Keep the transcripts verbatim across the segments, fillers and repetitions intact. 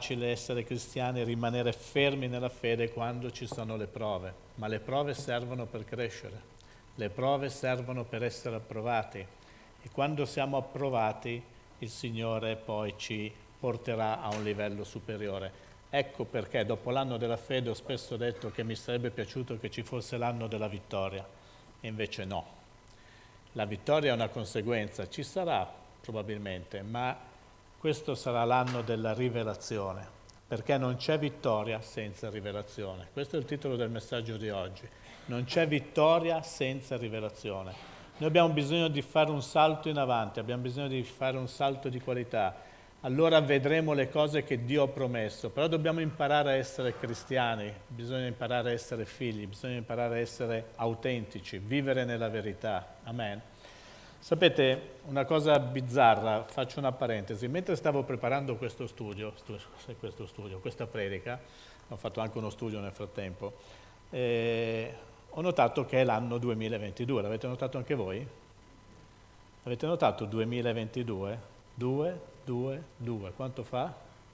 facile essere cristiani e rimanere fermi nella fede quando ci sono le prove, ma le prove servono per crescere, le prove servono per essere approvati e quando siamo approvati il Signore poi ci porterà a un livello superiore. Ecco perché dopo l'anno della fede ho spesso detto che mi sarebbe piaciuto che ci fosse l'anno della vittoria, e invece no. La vittoria è una conseguenza, ci sarà probabilmente, ma questo sarà l'anno della rivelazione, perché non c'è vittoria senza rivelazione. Questo è il titolo del messaggio di oggi. Non c'è vittoria senza rivelazione. Noi abbiamo bisogno di fare un salto in avanti, abbiamo bisogno di fare un salto di qualità. Allora vedremo le cose che Dio ha promesso, però dobbiamo imparare a essere cristiani, bisogna imparare a essere figli, bisogna imparare a essere autentici, vivere nella verità. Amen. Sapete, una cosa bizzarra, faccio una parentesi, mentre stavo preparando questo studio, questo studio, questa predica, ho fatto anche uno studio nel frattempo, eh, ho notato che è l'anno duemilaventidue, l'avete notato anche voi? Avete notato duemilaventidue? due, due, due, quanto fa?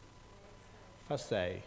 Fa sei.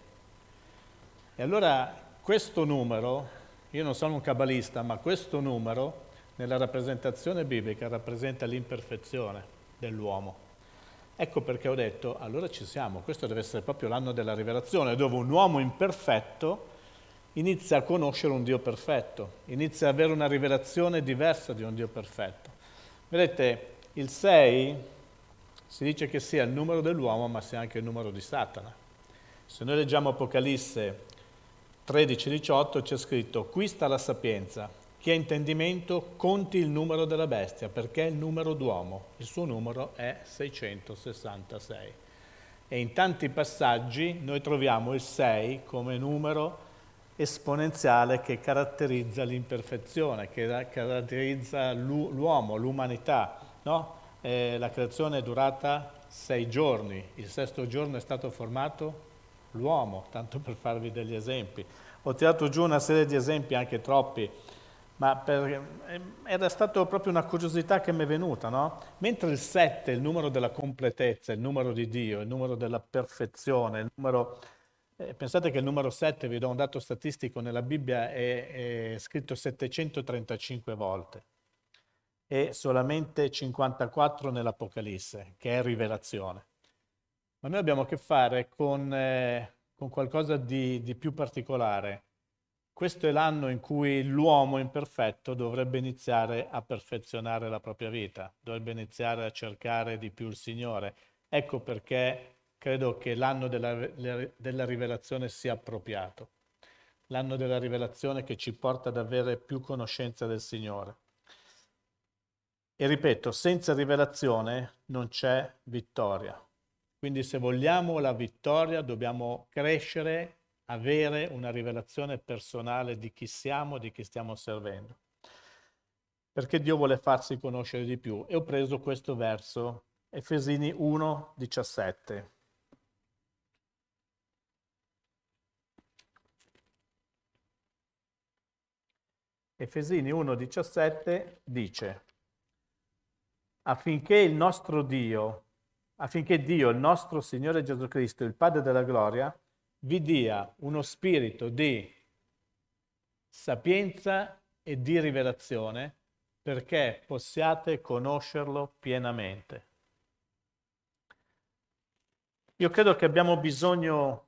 E allora questo numero, io non sono un cabalista, ma questo numero nella rappresentazione biblica rappresenta l'imperfezione dell'uomo. Ecco perché ho detto, allora ci siamo, questo deve essere proprio l'anno della rivelazione, dove un uomo imperfetto inizia a conoscere un Dio perfetto, inizia ad avere una rivelazione diversa di un Dio perfetto. Vedete, il sei si dice che sia il numero dell'uomo, ma sia anche il numero di Satana. Se noi leggiamo Apocalisse tredici diciotto c'è scritto: qui sta la sapienza, chi ha intendimento conti il numero della bestia, perché è il numero d'uomo, il suo numero è seicentosessantasei. E in tanti passaggi noi troviamo il sei come numero esponenziale che caratterizza l'imperfezione, che caratterizza l'uomo, l'umanità, no? Eh, la creazione è durata sei giorni, il sesto giorno è stato formato l'uomo, tanto per farvi degli esempi. Ho tirato giù una serie di esempi, anche troppi, ma per, era stata proprio una curiosità che mi è venuta, no? Mentre il sette è il numero della completezza, il numero di Dio, il numero della perfezione, il numero... Eh, pensate che il numero sette, vi do un dato statistico, nella Bibbia è, è scritto settecentotrentacinque volte e solamente cinquantaquattro nell'Apocalisse, che è rivelazione. Ma noi abbiamo a che fare con, eh, con qualcosa di, di più particolare. Questo è l'anno in cui l'uomo imperfetto dovrebbe iniziare a perfezionare la propria vita, dovrebbe iniziare a cercare di più il Signore. Ecco perché credo che l'anno della, della rivelazione sia appropriato. L'anno della rivelazione che ci porta ad avere più conoscenza del Signore. E ripeto, senza rivelazione non c'è vittoria. Quindi se vogliamo la vittoria dobbiamo crescere, avere una rivelazione personale di chi siamo, di chi stiamo servendo. Perché Dio vuole farsi conoscere di più. E ho preso questo verso, Efesini uno diciassette. Efesini uno diciassette dice: affinché il nostro Dio, affinché Dio, il nostro Signore Gesù Cristo, il Padre della gloria, vi dia uno spirito di sapienza e di rivelazione perché possiate conoscerlo pienamente. Io credo che abbiamo bisogno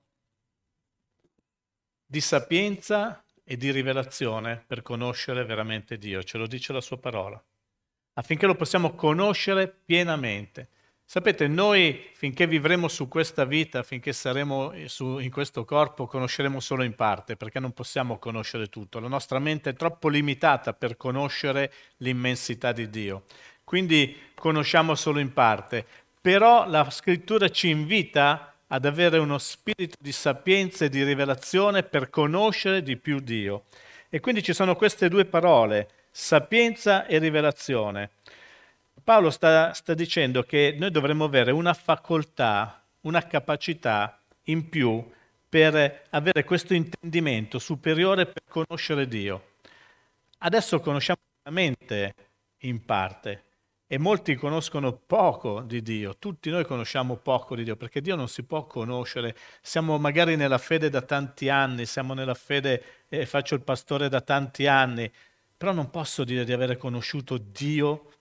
di sapienza e di rivelazione per conoscere veramente Dio, ce lo dice la sua parola, affinché lo possiamo conoscere pienamente. Sapete, noi finché vivremo su questa vita, finché saremo su, in questo corpo, conosceremo solo in parte, perché non possiamo conoscere tutto. La nostra mente è troppo limitata per conoscere l'immensità di Dio. Quindi conosciamo solo in parte. Però la Scrittura ci invita ad avere uno spirito di sapienza e di rivelazione per conoscere di più Dio. E quindi ci sono queste due parole, sapienza e rivelazione. Paolo sta, sta dicendo che noi dovremmo avere una facoltà, una capacità in più per avere questo intendimento superiore per conoscere Dio. Adesso conosciamo veramente in parte E molti conoscono poco di Dio, tutti noi conosciamo poco di Dio, perché Dio non si può conoscere. Siamo magari nella fede da tanti anni, siamo nella fede, eh, faccio il pastore da tanti anni, però non posso dire di avere conosciuto Dio,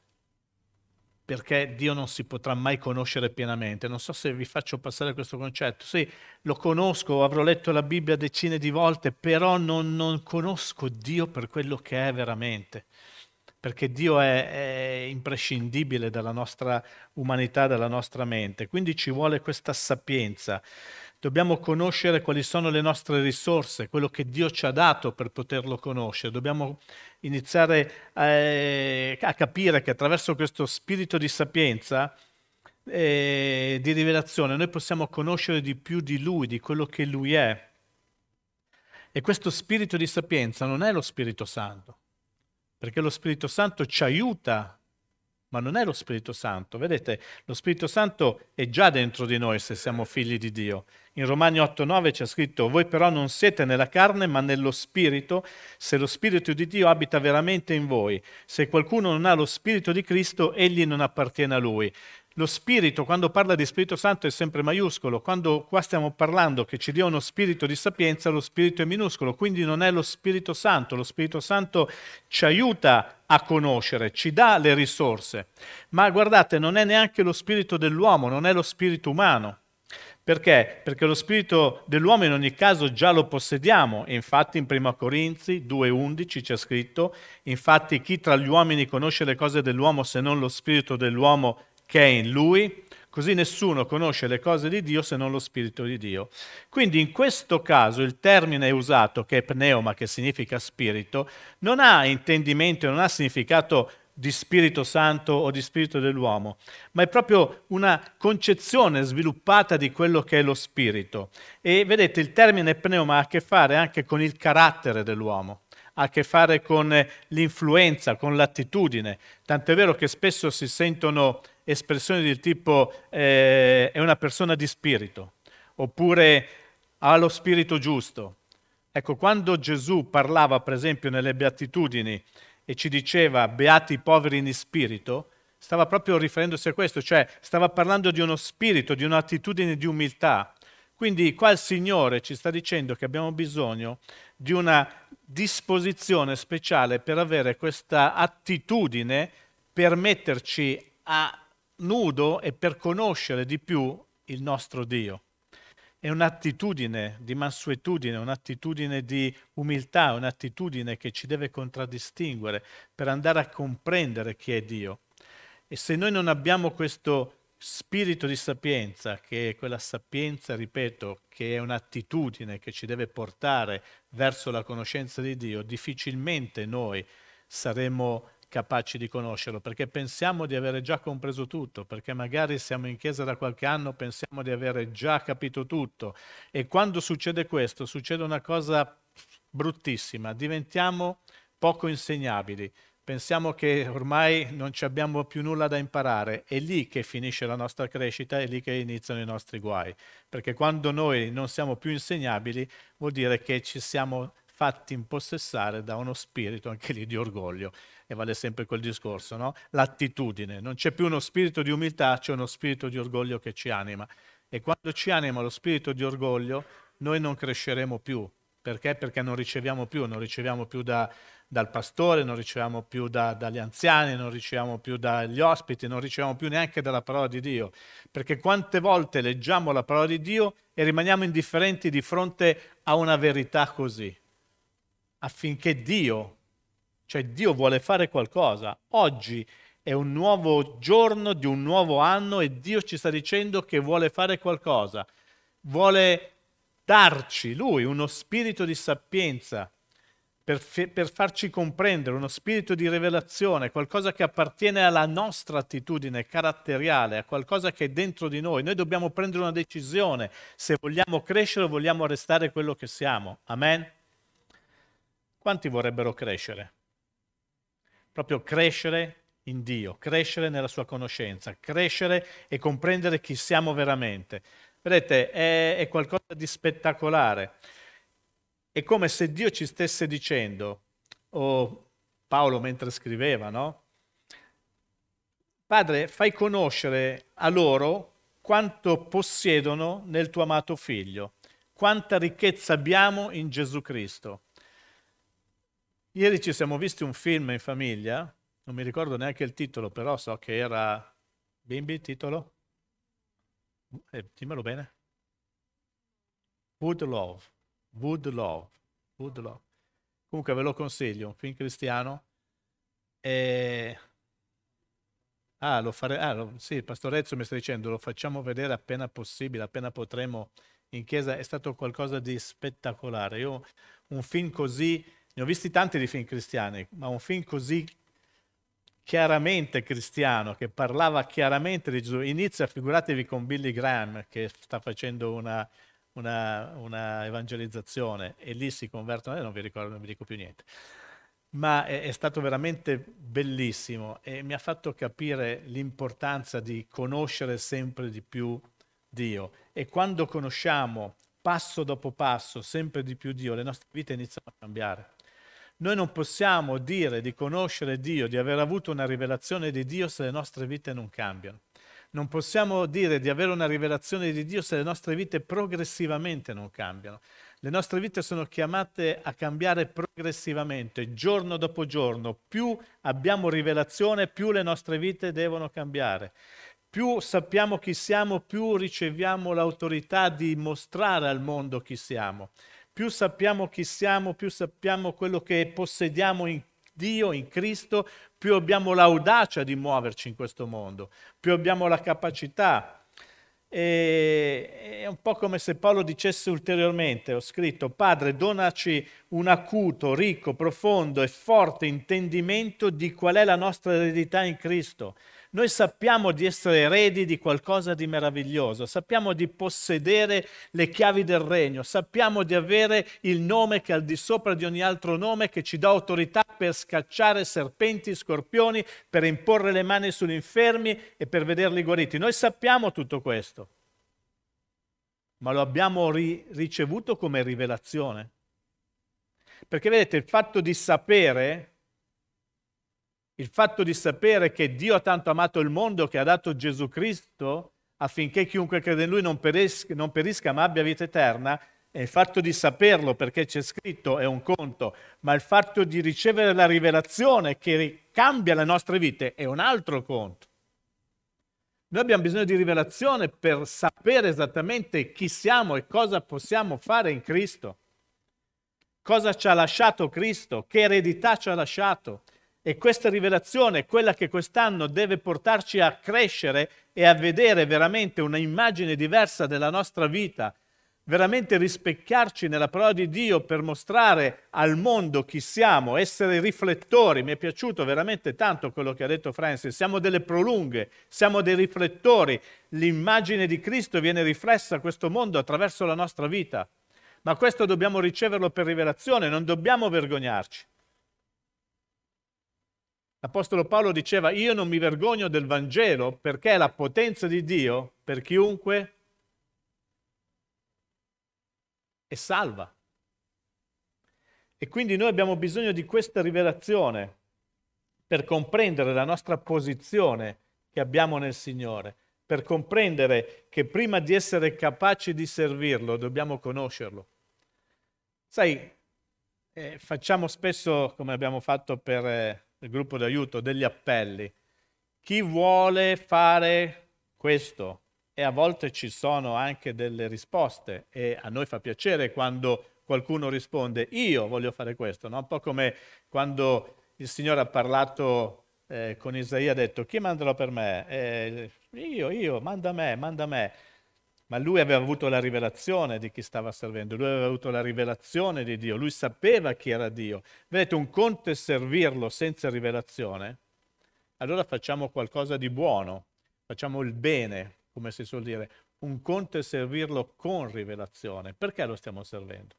perché Dio non si potrà mai conoscere pienamente. Non so se vi faccio passare questo concetto. Sì, lo conosco, avrò letto la Bibbia decine di volte, però non, non conosco Dio per quello che è veramente. Perché Dio è, è imprescindibile dalla nostra umanità, dalla nostra mente. Quindi ci vuole questa sapienza. Dobbiamo conoscere quali sono le nostre risorse, quello che Dio ci ha dato per poterlo conoscere. Dobbiamo iniziare eh, a capire che attraverso questo spirito di sapienza, eh, di rivelazione, noi possiamo conoscere di più di Lui, di quello che Lui è. E questo spirito di sapienza non è lo Spirito Santo, perché lo Spirito Santo ci aiuta, ma non è lo Spirito Santo. Vedete, lo Spirito Santo è già dentro di noi se siamo figli di Dio. In Romani otto nove c'è scritto: voi però non siete nella carne, ma nello Spirito, se lo Spirito di Dio abita veramente in voi. Se qualcuno non ha lo Spirito di Cristo, egli non appartiene a lui. Lo Spirito, quando parla di Spirito Santo, è sempre maiuscolo. Quando qua stiamo parlando che ci dia uno spirito di sapienza, lo Spirito è minuscolo. Quindi non è lo Spirito Santo. Lo Spirito Santo ci aiuta a conoscere, ci dà le risorse. Ma guardate, non è neanche lo spirito dell'uomo, non è lo spirito umano. Perché? Perché lo spirito dell'uomo in ogni caso già lo possediamo. Infatti in primo Corinzi due undici c'è scritto: infatti chi tra gli uomini conosce le cose dell'uomo se non lo spirito dell'uomo che è in lui? Così nessuno conosce le cose di Dio se non lo Spirito di Dio. Quindi in questo caso il termine usato, che è pneuma, che significa spirito, non ha intendimento, non ha significato di Spirito Santo o di Spirito dell'uomo, ma è proprio una concezione sviluppata di quello che è lo Spirito. E vedete, il termine pneuma ha a che fare anche con il carattere dell'uomo, ha a che fare con l'influenza, con l'attitudine. Tant'è vero che spesso si sentono espressioni del tipo eh, è una persona di spirito, oppure ha lo spirito giusto. Ecco, quando Gesù parlava, per esempio, nelle Beatitudini e ci diceva beati i poveri in spirito, stava proprio riferendosi a questo, cioè stava parlando di uno spirito, di un'attitudine di umiltà. Quindi qua il Signore ci sta dicendo che abbiamo bisogno di una disposizione speciale per avere questa attitudine, per metterci a nudo e per conoscere di più il nostro Dio. È un'attitudine di mansuetudine, un'attitudine di umiltà, un'attitudine che ci deve contraddistinguere per andare a comprendere chi è Dio. E se noi non abbiamo questo spirito di sapienza, che è quella sapienza, ripeto, che è un'attitudine che ci deve portare verso la conoscenza di Dio, difficilmente noi saremo capaci di conoscerlo, perché pensiamo di avere già compreso tutto, perché magari siamo in chiesa da qualche anno, pensiamo di avere già capito tutto, e quando succede questo, succede una cosa bruttissima, diventiamo poco insegnabili, pensiamo che ormai non ci abbiamo più nulla da imparare, è lì che finisce la nostra crescita, è lì che iniziano i nostri guai, perché quando noi non siamo più insegnabili vuol dire che ci siamo fatti impossessare da uno spirito, anche lì, di orgoglio. E vale sempre quel discorso, no? L'attitudine. Non c'è più uno spirito di umiltà, c'è uno spirito di orgoglio che ci anima. E quando ci anima lo spirito di orgoglio, noi non cresceremo più. Perché? Perché non riceviamo più, non riceviamo più da, dal pastore, non riceviamo più da, dagli anziani, non riceviamo più dagli ospiti, non riceviamo più neanche dalla parola di Dio. Perché quante volte leggiamo la parola di Dio e rimaniamo indifferenti di fronte a una verità così, affinché Dio, cioè Dio vuole fare qualcosa. Oggi è un nuovo giorno di un nuovo anno e Dio ci sta dicendo che vuole fare qualcosa. Vuole darci, Lui, uno spirito di sapienza per, fe- per farci comprendere, uno spirito di rivelazione, qualcosa che appartiene alla nostra attitudine caratteriale, a qualcosa che è dentro di noi. Noi dobbiamo prendere una decisione se vogliamo crescere o vogliamo restare quello che siamo. Amen? Quanti vorrebbero crescere? Proprio crescere in Dio, crescere nella sua conoscenza, crescere e comprendere chi siamo veramente. Vedete, è, è qualcosa di spettacolare. È come se Dio ci stesse dicendo, o Paolo mentre scriveva, no? Padre, fai conoscere a loro quanto possiedono nel tuo amato Figlio, quanta ricchezza abbiamo in Gesù Cristo. Ieri ci siamo visti un film in famiglia, non mi ricordo neanche il titolo, però so che era... Bimbi, il titolo? Eh, dimmelo bene. Wood Love. Wood Love. Wood Love. Comunque ve lo consiglio, un film cristiano. E... Ah, lo fare... ah lo... sì, il Pastor Ezzo mi sta dicendo, lo facciamo vedere appena possibile, appena potremo in chiesa. È stato qualcosa di spettacolare. Io un film così, ne ho visti tanti di film cristiani, ma un film così chiaramente cristiano, che parlava chiaramente di Gesù. Inizia, figuratevi, con Billy Graham, che sta facendo una, una, una evangelizzazione, e lì si convertono, eh, non vi ricordo, non vi dico più niente. Ma è, è stato veramente bellissimo e mi ha fatto capire l'importanza di conoscere sempre di più Dio. E quando conosciamo passo dopo passo sempre di più Dio, le nostre vite iniziano a cambiare. Noi non possiamo dire di conoscere Dio, di aver avuto una rivelazione di Dio se le nostre vite non cambiano. Non possiamo dire di avere una rivelazione di Dio se le nostre vite progressivamente non cambiano. Le nostre vite sono chiamate a cambiare progressivamente, giorno dopo giorno. Più abbiamo rivelazione, più le nostre vite devono cambiare. Più sappiamo chi siamo, più riceviamo l'autorità di mostrare al mondo chi siamo. Più sappiamo chi siamo, più sappiamo quello che possediamo in Dio, in Cristo, più abbiamo l'audacia di muoverci in questo mondo, più abbiamo la capacità. E è un po' come se Paolo dicesse ulteriormente, ho scritto: Padre, donaci un acuto, ricco, profondo e forte intendimento di qual è la nostra eredità in Cristo. Noi sappiamo di essere eredi di qualcosa di meraviglioso, sappiamo di possedere le chiavi del regno, sappiamo di avere il nome che è al di sopra di ogni altro nome, che ci dà autorità per scacciare serpenti, scorpioni, per imporre le mani sugli infermi e per vederli guariti. Noi sappiamo tutto questo, ma lo abbiamo ri- ricevuto come rivelazione. Perché vedete, il fatto di sapere... Il fatto di sapere che Dio ha tanto amato il mondo che ha dato Gesù Cristo affinché chiunque crede in Lui non perisca, non perisca ma abbia vita eterna, e il fatto di saperlo perché c'è scritto è un conto, ma il fatto di ricevere la rivelazione che cambia le nostre vite è un altro conto. Noi abbiamo bisogno di rivelazione per sapere esattamente chi siamo e cosa possiamo fare in Cristo. Cosa ci ha lasciato Cristo, che eredità ci ha lasciato. E questa rivelazione è quella che quest'anno deve portarci a crescere e a vedere veramente una immagine diversa della nostra vita, veramente rispecchiarci nella parola di Dio per mostrare al mondo chi siamo, essere riflettori. Mi è piaciuto veramente tanto quello che ha detto Francis, siamo delle prolunghe, siamo dei riflettori, l'immagine di Cristo viene riflessa a questo mondo attraverso la nostra vita, ma questo dobbiamo riceverlo per rivelazione, non dobbiamo vergognarci. L'Apostolo Paolo diceva: io non mi vergogno del Vangelo perché è la potenza di Dio per chiunque e salva. E quindi noi abbiamo bisogno di questa rivelazione per comprendere la nostra posizione che abbiamo nel Signore, per comprendere che prima di essere capaci di servirlo dobbiamo conoscerlo. Sai, eh, facciamo spesso, come abbiamo fatto per... Eh, il gruppo d'aiuto, degli appelli. Chi vuole fare questo? E a volte ci sono anche delle risposte e a noi fa piacere quando qualcuno risponde io voglio fare questo, no? Un po' come quando il Signore ha parlato eh, con Isaia, ha detto chi manderò per me? Eh, io, io, manda me, manda me. Ma lui aveva avuto la rivelazione di chi stava servendo, lui aveva avuto la rivelazione di Dio, lui sapeva chi era Dio. Vedete, un conto è servirlo senza rivelazione, allora facciamo qualcosa di buono, facciamo il bene, come si suol dire. Un conto è servirlo con rivelazione. Perché lo stiamo servendo?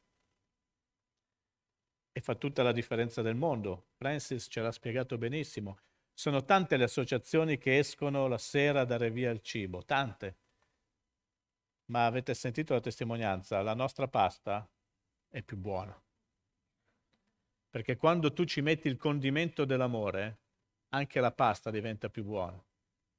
E fa tutta la differenza del mondo. Francis ce l'ha spiegato benissimo. Sono tante le associazioni che escono la sera a dare via il cibo, tante. Ma avete sentito la testimonianza? La nostra pasta è più buona. Perché quando tu ci metti il condimento dell'amore, anche la pasta diventa più buona.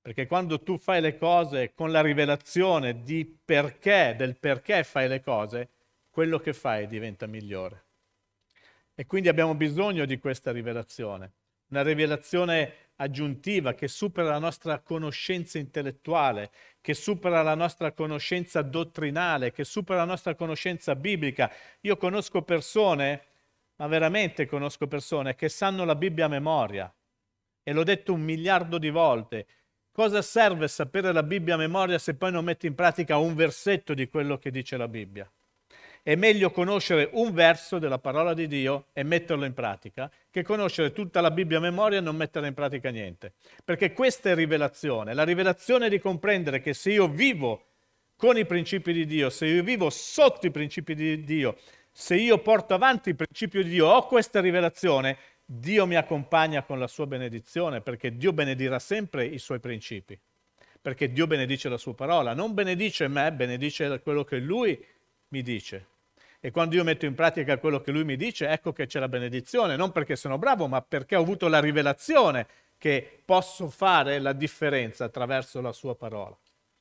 Perché quando tu fai le cose con la rivelazione di perché, del perché fai le cose, quello che fai diventa migliore. E quindi abbiamo bisogno di questa rivelazione, una rivelazione aggiuntiva che supera la nostra conoscenza intellettuale, che supera la nostra conoscenza dottrinale, che supera la nostra conoscenza biblica. Io conosco persone, ma veramente conosco persone che sanno la Bibbia a memoria, e l'ho detto un miliardo di volte. Cosa serve sapere la Bibbia a memoria se poi non metti in pratica un versetto di quello che dice la Bibbia? È meglio conoscere un verso della parola di Dio e metterlo in pratica che conoscere tutta la Bibbia a memoria e non mettere in pratica niente. Perché questa è rivelazione, la rivelazione di comprendere che se io vivo con i principi di Dio, se io vivo sotto i principi di Dio, se io porto avanti il principio di Dio, ho questa rivelazione, Dio mi accompagna con la sua benedizione, perché Dio benedirà sempre i suoi principi, perché Dio benedice la sua parola, non benedice me, benedice quello che Lui mi dice. E quando io metto in pratica quello che Lui mi dice, ecco che c'è la benedizione, non perché sono bravo, ma perché ho avuto la rivelazione che posso fare la differenza attraverso la sua parola.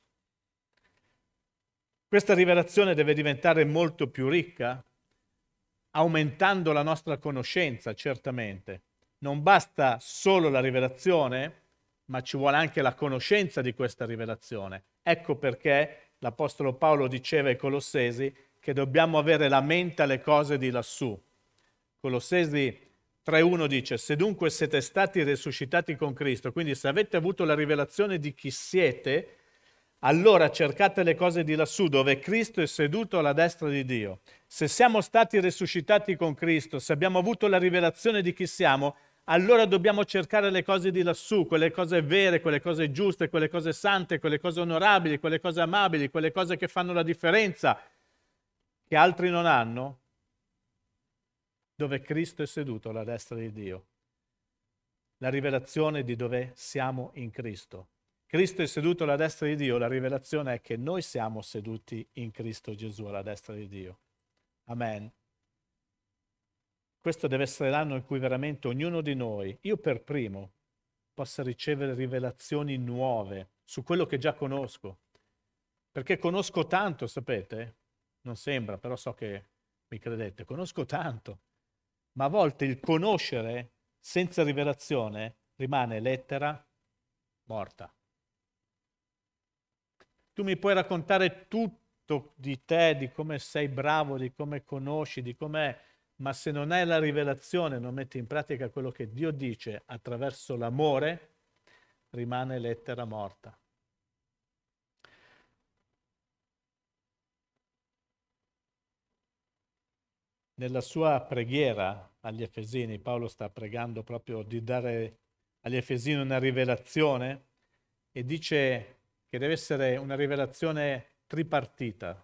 Questa rivelazione deve diventare molto più ricca, aumentando la nostra conoscenza, certamente. Non basta solo la rivelazione, ma ci vuole anche la conoscenza di questa rivelazione. Ecco perché l'Apostolo Paolo diceva ai Colossesi che dobbiamo avere la mente alle cose di lassù. Colossesi tre uno dice: se dunque siete stati risuscitati con Cristo, quindi se avete avuto la rivelazione di chi siete, allora cercate le cose di lassù, dove Cristo è seduto alla destra di Dio. Se siamo stati risuscitati con Cristo, se abbiamo avuto la rivelazione di chi siamo, allora dobbiamo cercare le cose di lassù, quelle cose vere, quelle cose giuste, quelle cose sante, quelle cose onorabili, quelle cose amabili, quelle cose che fanno la differenza, che altri non hanno, dove Cristo è seduto alla destra di Dio. La rivelazione di dove siamo in Cristo. Cristo è seduto alla destra di Dio, la rivelazione è che noi siamo seduti in Cristo Gesù alla destra di Dio. Amen. Questo deve essere l'anno in cui veramente ognuno di noi, io per primo, possa ricevere rivelazioni nuove su quello che già conosco. Perché conosco tanto, sapete? Non sembra, però so che mi credete, conosco tanto. Ma a volte il conoscere senza rivelazione rimane lettera morta. Tu mi puoi raccontare tutto di te, di come sei bravo, di come conosci, di com'è, ma se non hai la rivelazione, non metti in pratica quello che Dio dice attraverso l'amore, rimane lettera morta. Nella sua preghiera agli Efesini, Paolo sta pregando proprio di dare agli Efesini una rivelazione e dice che deve essere una rivelazione tripartita,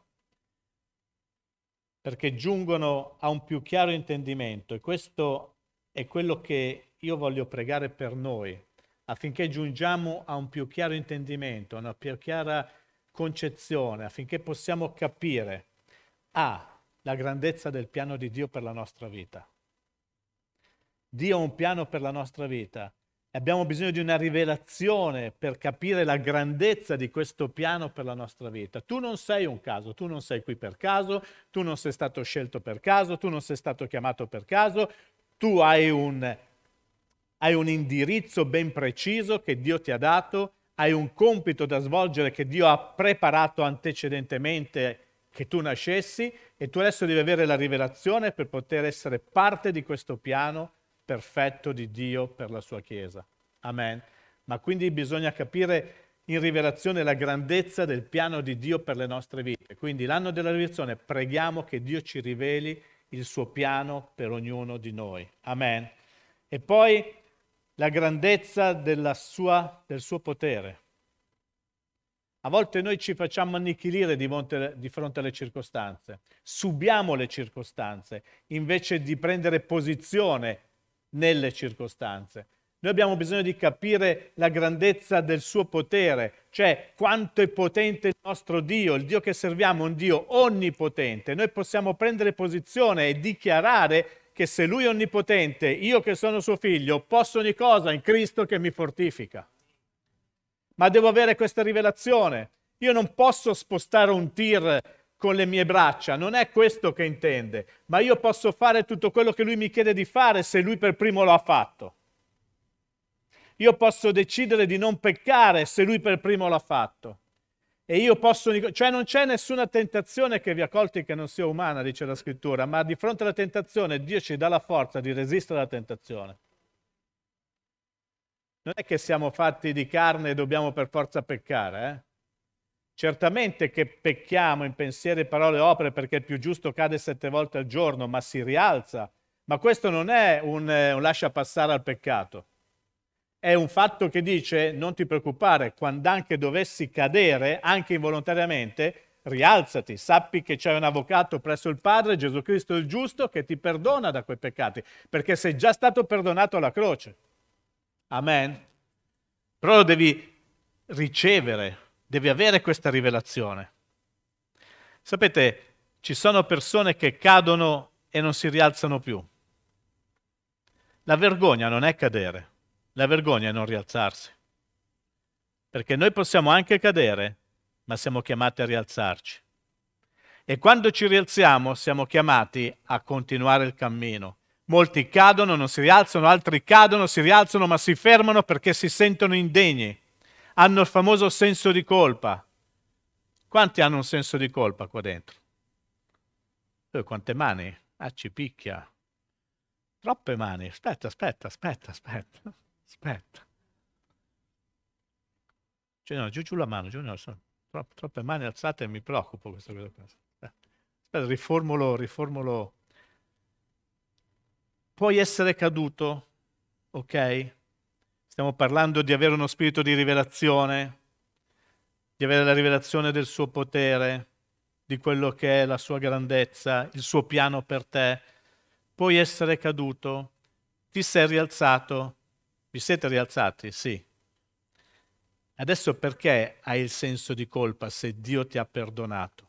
perché giungono a un più chiaro intendimento, e questo è quello che io voglio pregare per noi, affinché giungiamo a un più chiaro intendimento, a una più chiara concezione, affinché possiamo capire A, la grandezza del piano di Dio per la nostra vita. Dio ha un piano per la nostra vita. Abbiamo bisogno di una rivelazione per capire la grandezza di questo piano per la nostra vita. Tu non sei un caso, tu non sei qui per caso, tu non sei stato scelto per caso, tu non sei stato chiamato per caso, tu hai un, hai un indirizzo ben preciso che Dio ti ha dato, hai un compito da svolgere che Dio ha preparato antecedentemente che tu nascessi, e tu adesso devi avere la rivelazione per poter essere parte di questo piano perfetto di Dio per la sua Chiesa. Amen. Ma quindi bisogna capire in rivelazione la grandezza del piano di Dio per le nostre vite. Quindi l'anno della rivelazione preghiamo che Dio ci riveli il suo piano per ognuno di noi. Amen. E poi la grandezza della sua, del suo potere. A volte noi ci facciamo annichilire di, monte, di fronte alle circostanze, subiamo le circostanze invece di prendere posizione nelle circostanze. Noi abbiamo bisogno di capire la grandezza del suo potere, cioè quanto è potente il nostro Dio, il Dio che serviamo è un Dio onnipotente. Noi possiamo prendere posizione e dichiarare che se Lui è onnipotente, io che sono suo figlio, posso ogni cosa in Cristo che mi fortifica. ma devo avere questa rivelazione. Io non posso spostare un tir con le mie braccia, non è questo che intende, ma io posso fare tutto quello che lui mi chiede di fare se lui per primo lo ha fatto. Io posso decidere di non peccare se lui per primo l'ha fatto. E io posso, cioè non c'è nessuna tentazione che vi ha colti che non sia umana, dice la scrittura, ma di fronte alla tentazione Dio ci dà la forza di resistere alla tentazione. Non è che siamo fatti di carne e dobbiamo per forza peccare, eh? Certamente che pecchiamo in pensieri, parole e opere perché il più giusto cade sette volte al giorno, ma si rialza. Ma questo non è un, eh, un lascia passare al peccato. È un fatto che dice, non ti preoccupare, quando anche dovessi cadere, anche involontariamente, rialzati, sappi che c'è un avvocato presso il Padre, Gesù Cristo il giusto, che ti perdona da quei peccati, perché sei già stato perdonato alla croce. Amen. Però lo devi ricevere, devi avere questa rivelazione. Sapete, ci sono persone che cadono e non si rialzano più. La vergogna non è cadere. La vergogna è non rialzarsi, perché noi possiamo anche cadere, ma siamo chiamati a rialzarci. E quando ci rialziamo siamo chiamati a continuare il cammino. Molti cadono, non si rialzano, altri cadono, si rialzano, ma si fermano perché si sentono indegni. Hanno il famoso senso di colpa. Quanti hanno un senso di colpa qua dentro? Eh, quante mani? Ah, ci picchia. Troppe mani. Aspetta, aspetta, aspetta, aspetta. Aspetta. Cioè, no, giù giù la mano, giù no, sono troppe, troppe mani alzate e mi preoccupo questa cosa qua. Aspetta, aspetta, riformulo, riformulo. Puoi essere caduto, ok? Stiamo parlando di avere uno spirito di rivelazione, di avere la rivelazione del suo potere, di quello che è la sua grandezza, il suo piano per te. Puoi essere caduto, ti sei rialzato. Vi siete rialzati? Sì. Adesso perché hai il senso di colpa se Dio ti ha perdonato?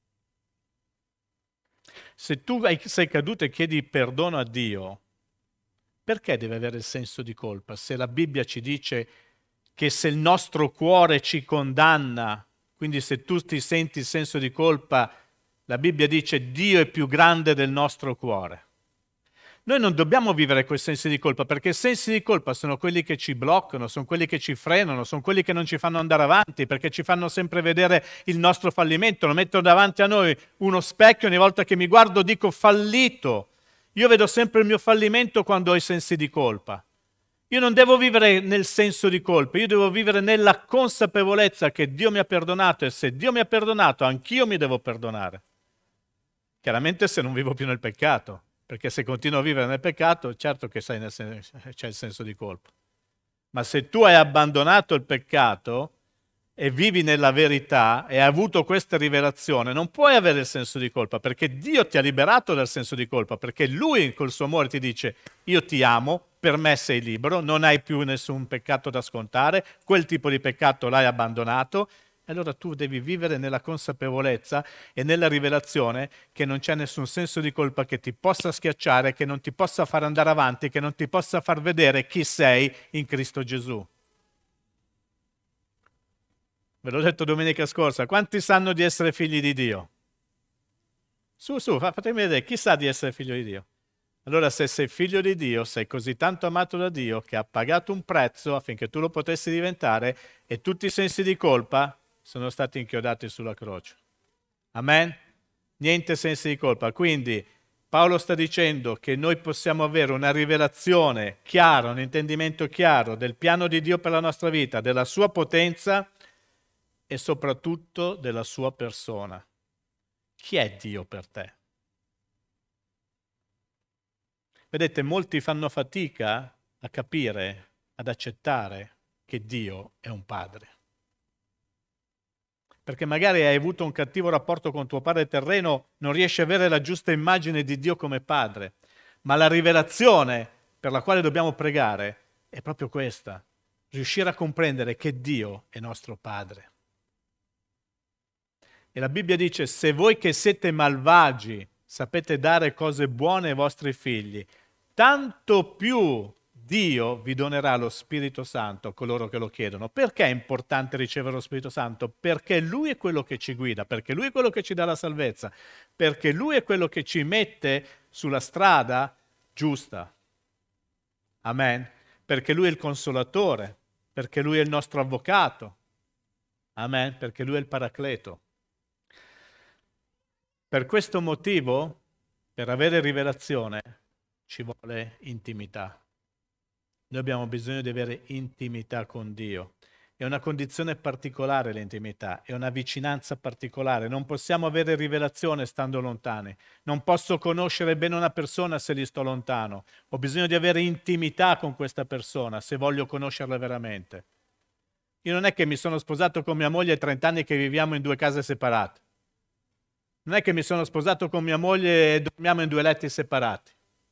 Se tu sei caduto e chiedi perdono a Dio, perché devi avere il senso di colpa? Se la Bibbia ci dice che se il nostro cuore ci condanna, quindi se tu ti senti il senso di colpa, la Bibbia dice Dio è più grande del nostro cuore. Noi non dobbiamo vivere quei sensi di colpa, perché i sensi di colpa sono quelli che ci bloccano, sono quelli che ci frenano, sono quelli che non ci fanno andare avanti, perché ci fanno sempre vedere il nostro fallimento. Lo metto davanti a noi uno specchio, ogni volta che mi guardo dico fallito. Io vedo sempre il mio fallimento quando ho i sensi di colpa. Io non devo vivere nel senso di colpa, io devo vivere nella consapevolezza che Dio mi ha perdonato e se Dio mi ha perdonato, anch'io mi devo perdonare. Chiaramente se non vivo più nel peccato. Perché se continuo a vivere nel peccato, certo che sei nel sen- c'è il senso di colpa. Ma se tu hai abbandonato il peccato e vivi nella verità e hai avuto questa rivelazione, non puoi avere il senso di colpa, perché Dio ti ha liberato dal senso di colpa, perché Lui col suo amore ti dice io ti amo, per me sei libero, non hai più nessun peccato da scontare, quel tipo di peccato l'hai abbandonato. Allora tu devi vivere nella consapevolezza e nella rivelazione che non c'è nessun senso di colpa che ti possa schiacciare, che non ti possa far andare avanti, che non ti possa far vedere chi sei in Cristo Gesù. Ve l'ho detto domenica scorsa, quanti sanno di essere figli di Dio? Su, su, fatemi vedere, chi sa di essere figlio di Dio? Allora se sei figlio di Dio, sei così tanto amato da Dio che ha pagato un prezzo affinché tu lo potessi diventare e tutti i sensi di colpa sono stati inchiodati sulla croce. Amen? Niente sensi di colpa. Quindi Paolo sta dicendo che noi possiamo avere una rivelazione chiara, un intendimento chiaro del piano di Dio per la nostra vita, della sua potenza e soprattutto della sua persona. Chi è Dio per te? Vedete, molti fanno fatica a capire, ad accettare che Dio è un padre. Perché magari hai avuto un cattivo rapporto con tuo padre terreno, non riesci a avere la giusta immagine di Dio come padre. Ma la rivelazione per la quale dobbiamo pregare è proprio questa, riuscire a comprendere che Dio è nostro padre. E la Bibbia dice, se voi che siete malvagi sapete dare cose buone ai vostri figli, tanto più Dio vi donerà lo Spirito Santo a coloro che lo chiedono. Perché è importante ricevere lo Spirito Santo? Perché Lui è quello che ci guida, perché Lui è quello che ci dà la salvezza, perché Lui è quello che ci mette sulla strada giusta. Amen. Perché Lui è il consolatore, perché Lui è il nostro avvocato. Amen. Perché Lui è il paracleto. Per questo motivo, per avere rivelazione, ci vuole intimità. Noi abbiamo bisogno di avere intimità con Dio. È una condizione particolare l'intimità, è una vicinanza particolare. Non possiamo avere rivelazione stando lontani. Non posso conoscere bene una persona se gli sto lontano. Ho bisogno di avere intimità con questa persona se voglio conoscerla veramente. Io non è che mi sono sposato con mia moglie a trenta anni che viviamo in due case separate. Non è che mi sono sposato con mia moglie e dormiamo in due letti separati.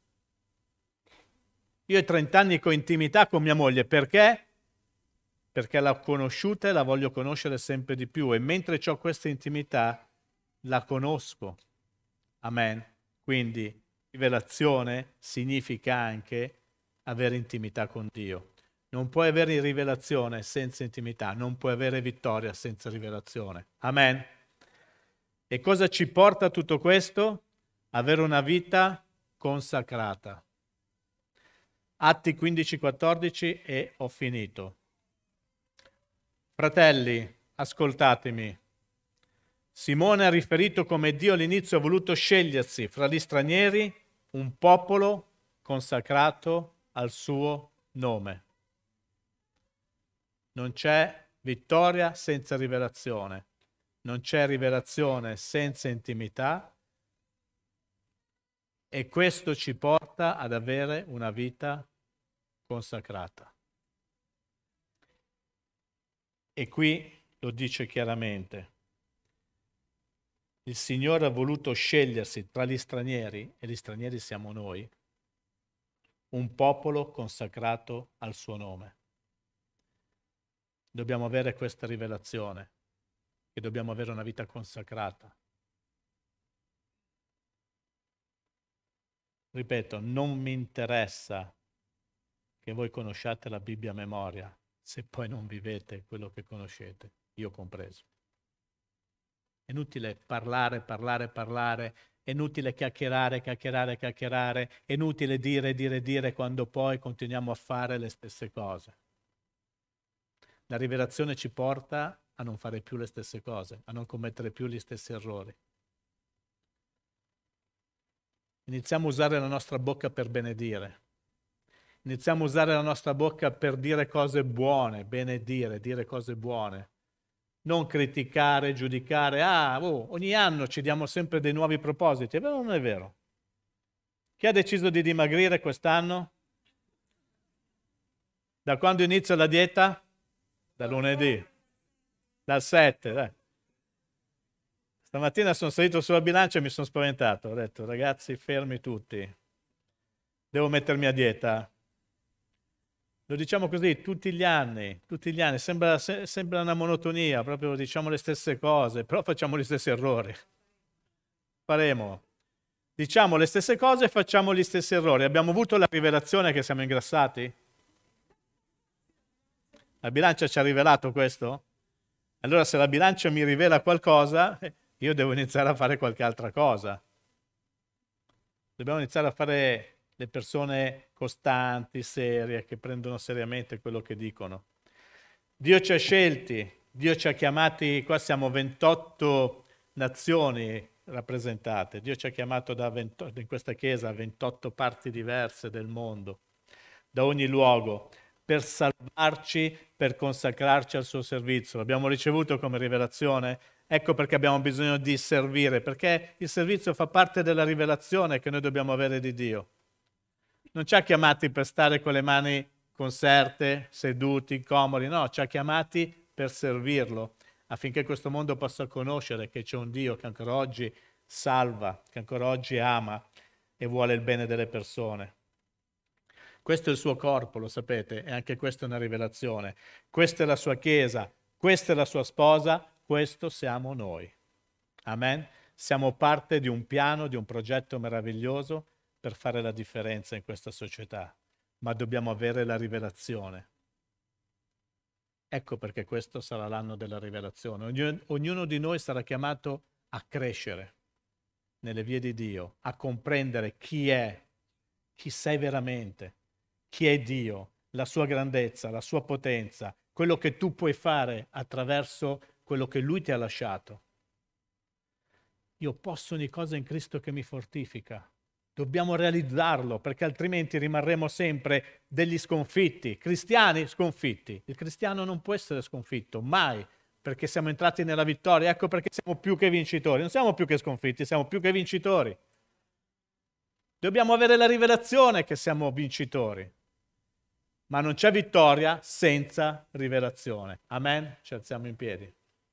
Io ho trenta anni con intimità con mia moglie, perché? Perché l'ho conosciuta e la voglio conoscere sempre di più e mentre ho questa intimità la conosco. Amen. Quindi rivelazione significa anche avere intimità con Dio. Non puoi avere rivelazione senza intimità, non puoi avere vittoria senza rivelazione. Amen. E cosa ci porta a tutto questo? Avere una vita consacrata. Atti quindici quattordici e ho finito. Fratelli, ascoltatemi. Simone ha riferito come Dio all'inizio ha voluto scegliersi fra gli stranieri un popolo consacrato al suo nome. Non c'è vittoria senza rivelazione, non c'è rivelazione senza intimità e questo ci porta ad avere una vita consacrata. E qui lo dice chiaramente. Il Signore ha voluto scegliersi tra gli stranieri, e gli stranieri siamo noi, un popolo consacrato al suo nome. Dobbiamo avere questa rivelazione, che dobbiamo avere una vita consacrata. Ripeto, non mi interessa che voi conosciate la Bibbia a memoria, se poi non vivete quello che conoscete, io compreso. È inutile parlare, parlare, parlare, è inutile chiacchierare, chiacchierare, chiacchierare, è inutile dire, dire, dire quando poi continuiamo a fare le stesse cose. La rivelazione ci porta a non fare più le stesse cose, a non commettere più gli stessi errori. Iniziamo a usare la nostra bocca per benedire. Iniziamo a usare la nostra bocca per dire cose buone, benedire, dire cose buone. Non criticare, giudicare. Ah, oh, ogni anno ci diamo sempre dei nuovi propositi. È vero o non è vero? Chi ha deciso di dimagrire quest'anno? Da quando inizia la dieta? Da lunedì. Dal sette, dai. Stamattina sono salito sulla bilancia e mi sono spaventato. Ho detto, ragazzi, fermi tutti. Devo mettermi a dieta. Lo diciamo così tutti gli anni, tutti gli anni. Sembra, se, sembra una monotonia, proprio diciamo le stesse cose, però facciamo gli stessi errori. Faremo. Diciamo le stesse cose e facciamo gli stessi errori. Abbiamo avuto la rivelazione che siamo ingrassati? La bilancia ci ha rivelato questo? Allora se la bilancia mi rivela qualcosa, io devo iniziare a fare qualche altra cosa. Dobbiamo iniziare a fare le persone costanti, serie, che prendono seriamente quello che dicono. Dio ci ha scelti, Dio ci ha chiamati, qua siamo ventotto nazioni rappresentate, Dio ci ha chiamato da ventotto, in questa chiesa a ventotto parti diverse del mondo, da ogni luogo, per salvarci, per consacrarci al suo servizio. L'abbiamo ricevuto come rivelazione? Ecco perché abbiamo bisogno di servire, perché il servizio fa parte della rivelazione che noi dobbiamo avere di Dio. Non ci ha chiamati per stare con le mani conserte, seduti, comodi, no, ci ha chiamati per servirlo, affinché questo mondo possa conoscere che c'è un Dio che ancora oggi salva, che ancora oggi ama e vuole il bene delle persone. Questo è il suo corpo, lo sapete, e anche questa è una rivelazione. Questa è la sua chiesa, questa è la sua sposa, questo siamo noi. Amen? Siamo parte di un piano, di un progetto meraviglioso per fare la differenza in questa società. ma dobbiamo avere la rivelazione. Ecco perché questo sarà l'anno della rivelazione. Ognuno, ognuno di noi sarà chiamato a crescere nelle vie di Dio, a comprendere chi è, chi sei veramente, chi è Dio, la sua grandezza, la sua potenza, quello che tu puoi fare attraverso quello che Lui ti ha lasciato. Io posso ogni cosa in Cristo che mi fortifica. Dobbiamo realizzarlo, perché altrimenti rimarremo sempre degli sconfitti, cristiani sconfitti. Il cristiano non può essere sconfitto, mai, perché siamo entrati nella vittoria. Ecco perché siamo più che vincitori. Non siamo più che sconfitti, siamo più che vincitori. Dobbiamo avere la rivelazione che siamo vincitori. Ma non c'è vittoria senza rivelazione. Amen? Ci alziamo in piedi.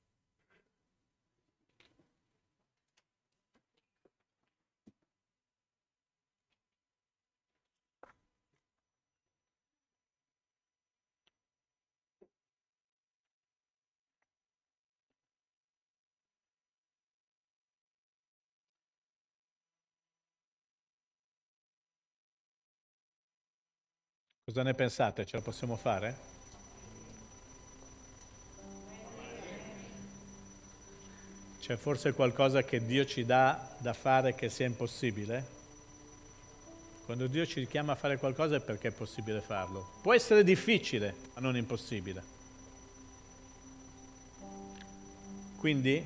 Cosa ne pensate? Ce la possiamo fare? C'è forse qualcosa che Dio ci dà da fare che sia impossibile? Quando Dio ci chiama a fare qualcosa è perché è possibile farlo. Può essere difficile, ma non impossibile. Quindi,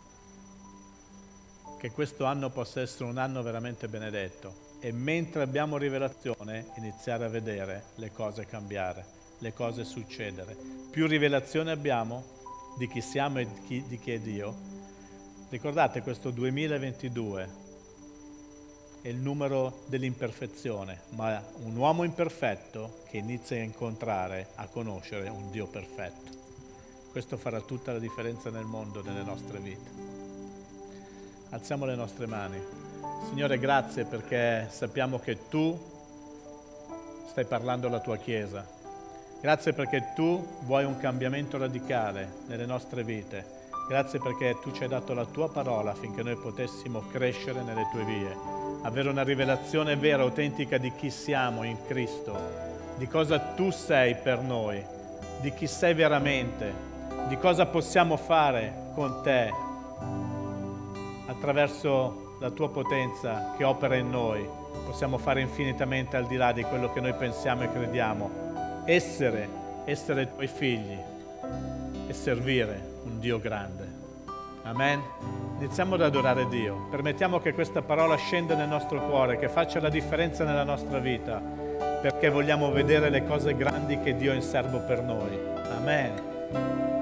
che questo anno possa essere un anno veramente benedetto. E mentre abbiamo rivelazione, iniziare a vedere le cose cambiare, le cose succedere. Più rivelazione abbiamo di chi siamo e di chi, di chi è Dio. Ricordate, questo duemilaventidue è il numero dell'imperfezione, ma un uomo imperfetto che inizia a incontrare, a conoscere un Dio perfetto. Questo farà tutta la differenza nel mondo, nelle nostre vite. Alziamo le nostre mani. Signore, grazie perché sappiamo che Tu stai parlando alla Tua Chiesa. Grazie perché Tu vuoi un cambiamento radicale nelle nostre vite. Grazie perché Tu ci hai dato la Tua parola affinché noi potessimo crescere nelle Tue vie, avere una rivelazione vera, autentica di chi siamo in Cristo, di cosa Tu sei per noi, di chi sei veramente, di cosa possiamo fare con Te attraverso la Tua potenza che opera in noi. Possiamo fare infinitamente al di là di quello che noi pensiamo e crediamo. Essere, essere Tuoi figli e servire un Dio grande. Amen? Iniziamo ad adorare Dio. Permettiamo che questa parola scenda nel nostro cuore, che faccia la differenza nella nostra vita, perché vogliamo vedere le cose grandi che Dio ha in serbo per noi. Amen.